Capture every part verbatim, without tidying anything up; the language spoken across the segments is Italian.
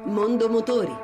Mondo Motori.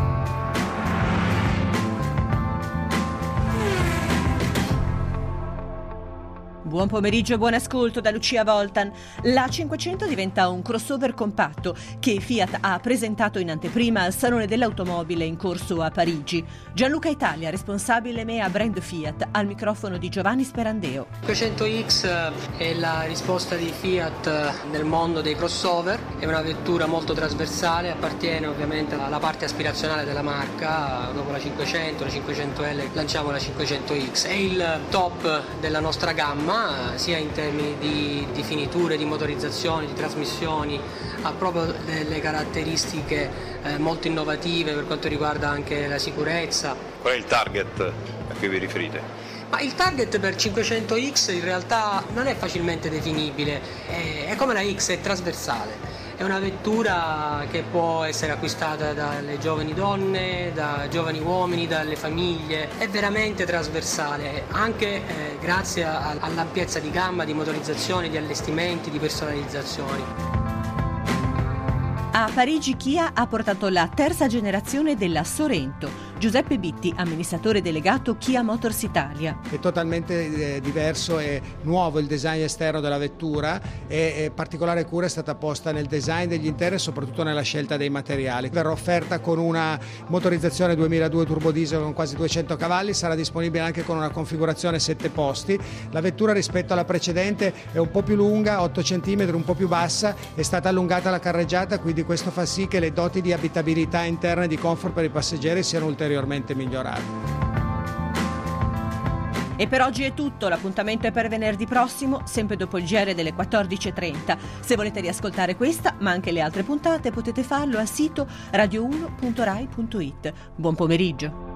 Buon pomeriggio e buon ascolto da Lucia Voltan. La cinquecento diventa un crossover compatto che Fiat ha presentato in anteprima al Salone dell'Automobile in corso a Parigi. Gianluca Italia, responsabile M E A Brand Fiat, al microfono di Giovanni Sperandeo. cinquecento X è la risposta di Fiat nel mondo dei crossover, è una vettura molto trasversale, appartiene ovviamente alla parte aspirazionale della marca. Dopo la cinquecento, la cinquecento L lanciamo la cinquecento X. È il top della nostra gamma, sia in termini di, di finiture, di motorizzazioni, di trasmissioni, ha proprio delle caratteristiche eh, molto innovative per quanto riguarda anche la sicurezza. Qual è il target a cui vi riferite? Ma il target per cinquecento X in realtà non è facilmente definibile, è, è come la X, è trasversale. È una vettura che può essere acquistata dalle giovani donne, da giovani uomini, dalle famiglie, è veramente trasversale, anche eh, grazie a, all'ampiezza di gamma, di motorizzazioni, di allestimenti, di personalizzazioni. A Parigi Kia ha portato la terza generazione della Sorento. Giuseppe Bitti, amministratore delegato Kia Motors Italia. È totalmente eh, diverso e nuovo il design esterno della vettura e, e particolare cura è stata posta nel design degli interni e soprattutto nella scelta dei materiali. Verrà offerta con una motorizzazione duemiladue turbodiesel con quasi duecento cavalli, sarà disponibile anche con una configurazione sette posti. La vettura rispetto alla precedente è un po' più lunga, otto centimetri, un po' più bassa, è stata allungata la carreggiata, quindi questo fa sì che le doti di abitabilità interna e di comfort per i passeggeri siano ulteriormente migliorate. E per oggi è tutto, l'appuntamento è per venerdì prossimo, sempre dopo il G R delle quattordici e trenta. Se volete riascoltare questa, ma anche le altre puntate, potete farlo al sito radio uno punto rai punto it. Buon pomeriggio.